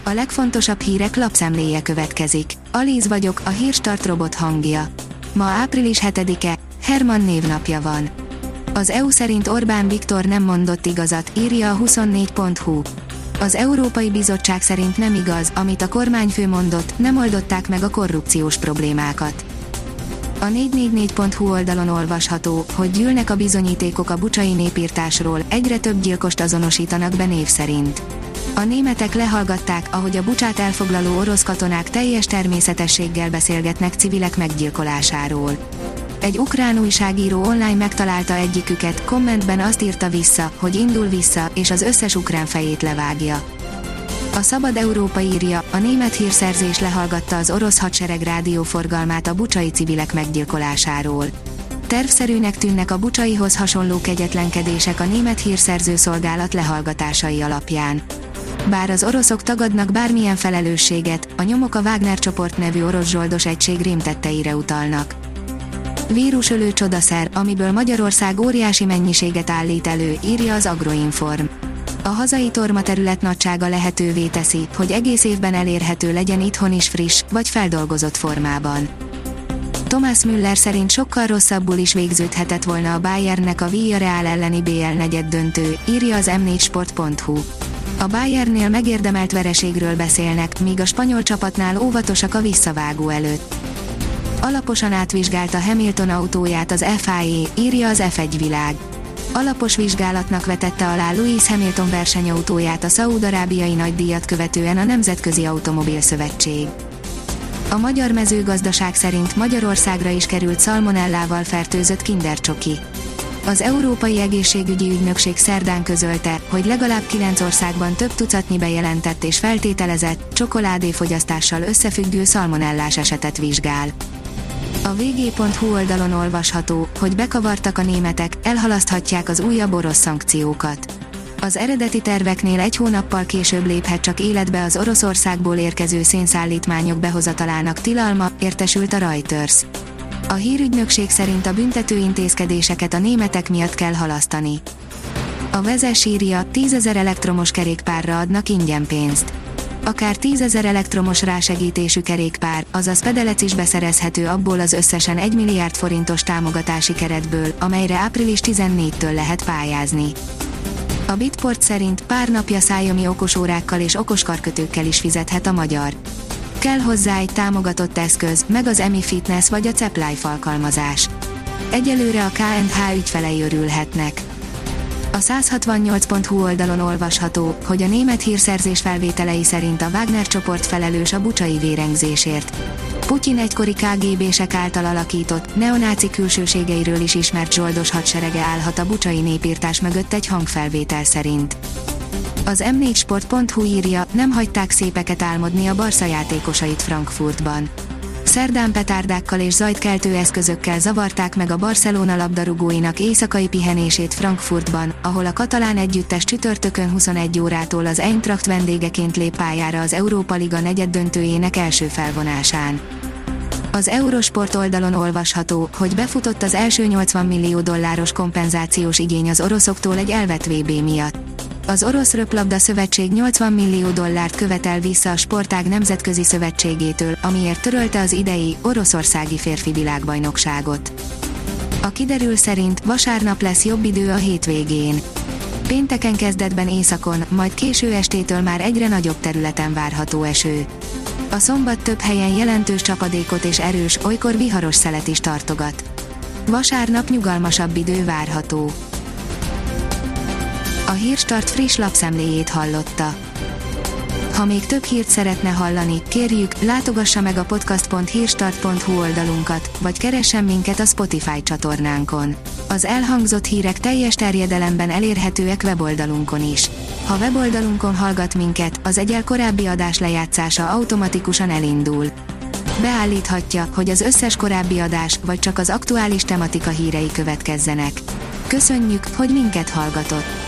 A legfontosabb hírek lapszemléje következik. Alíz vagyok, a Hírstart robot hangja. Ma április 7-e, Hermann névnapja van. Az EU szerint Orbán Viktor nem mondott igazat, írja a 24.hu. Az Európai Bizottság szerint nem igaz, amit a kormányfő mondott, nem oldották meg a korrupciós problémákat. A 444.hu oldalon olvasható, hogy gyűlnek a bizonyítékok a bucsai népirtásról, egyre több gyilkost azonosítanak be név szerint. A németek lehallgatták, ahogy a Bucsát elfoglaló orosz katonák teljes természetességgel beszélgetnek civilek meggyilkolásáról. Egy ukrán újságíró online megtalálta egyiküket, kommentben azt írta vissza, hogy indul vissza, és az összes ukrán fejét levágja. A Szabad Európa írja, a német hírszerzés lehallgatta az orosz hadsereg rádióforgalmát a bucsai civilek meggyilkolásáról. Tervszerűnek tűnnek a bucsaihoz hasonló kegyetlenkedések a német hírszerző szolgálat lehallgatásai alapján. Bár az oroszok tagadnak bármilyen felelősséget, a nyomok a Wagner csoport nevű orosz zsoldos egység rémtetteire utalnak. Vírusölő csodaszer, amiből Magyarország óriási mennyiséget állít elő, írja az Agroinform. A hazai tormaterület nagysága lehetővé teszi, hogy egész évben elérhető legyen itthon is friss, vagy feldolgozott formában. Thomas Müller szerint sokkal rosszabbul is végződhetett volna a Bayernnek a Villarreal elleni BL negyeddöntő, írja az m4sport.hu. A Bayernnél megérdemelt vereségről beszélnek, míg a spanyol csapatnál óvatosak a visszavágó előtt. Alaposan átvizsgálta Hamilton autóját az FIA, írja az F1 világ. Alapos vizsgálatnak vetette alá Lewis Hamilton versenyautóját a szaúd-arábiai nagydíjat követően a Nemzetközi Automobil Szövetség. A magyar mezőgazdaság szerint Magyarországra is került szalmonellával fertőzött Kinder csoki. Az Európai Egészségügyi Ügynökség szerdán közölte, hogy legalább 9 országban több tucatnyi bejelentett és feltételezett, csokoládéfogyasztással összefüggő szalmonellás esetet vizsgál. A vg.hu oldalon olvasható, hogy bekavartak a németek, elhalaszthatják az újabb orosz szankciókat. Az eredeti terveknél egy hónappal később léphet csak életbe az Oroszországból érkező szénszállítmányok behozatalának tilalma, értesült a Reuters. A hírügynökség szerint a büntető intézkedéseket a németek miatt kell halasztani. A Vezes írja, 10 000 elektromos kerékpárra adnak ingyen pénzt. Akár 10 000 elektromos rásegítésű kerékpár, azaz pedelec is beszerezhető abból az összesen 1 milliárd forintos támogatási keretből, amelyre április 14-től lehet pályázni. A Bitport szerint pár napja Xiaomi okosórákkal és okoskarkötőkkel is fizethet a magyar. Kell hozzá egy támogatott eszköz, meg az EMI Fitness vagy a CEP Life alkalmazás. Egyelőre a K&H ügyfelei örülhetnek. A 168.hu oldalon olvasható, hogy a német hírszerzés felvételei szerint a Wagner csoport felelős a bucsai vérengzésért. Putyin egykori KGB-sek által alakított, neonáci külsőségeiről is ismert zsoldos hadserege állhat a bucsai népírtás mögött egy hangfelvétel szerint. Az m4sport.hu írja, nem hagyták szépeket álmodni a Barca játékosait Frankfurtban. Szerdán petárdákkal és zajt keltő eszközökkel zavarták meg a Barcelona labdarúgóinak éjszakai pihenését Frankfurtban, ahol a katalán együttes csütörtökön 21 órától az Eintracht vendégeként lép pályára az Európa Liga negyeddöntőjének első felvonásán. Az Eurosport oldalon olvasható, hogy befutott az első $80 millió kompenzációs igény az oroszoktól egy elvett VB miatt. Az Orosz Röplabda Szövetség $80 millió követel vissza a sportág nemzetközi szövetségétől, amiért törölte az idei, oroszországi férfi világbajnokságot. A kiderül szerint vasárnap lesz jobb idő a hétvégén. Pénteken kezdetben északon, majd késő estétől már egyre nagyobb területen várható eső. A szombat több helyen jelentős csapadékot és erős, olykor viharos szelet is tartogat. Vasárnap nyugalmasabb idő várható. A Hírstart friss lapszemléjét hallotta. Ha még több hírt szeretne hallani, kérjük, látogassa meg a podcast.hírstart.hu oldalunkat, vagy keressen minket a Spotify csatornánkon. Az elhangzott hírek teljes terjedelemben elérhetőek weboldalunkon is. Ha weboldalunkon hallgat minket, az egyel korábbi adás lejátszása automatikusan elindul. Beállíthatja, hogy az összes korábbi adás, vagy csak az aktuális tematika hírei következzenek. Köszönjük, hogy minket hallgatott!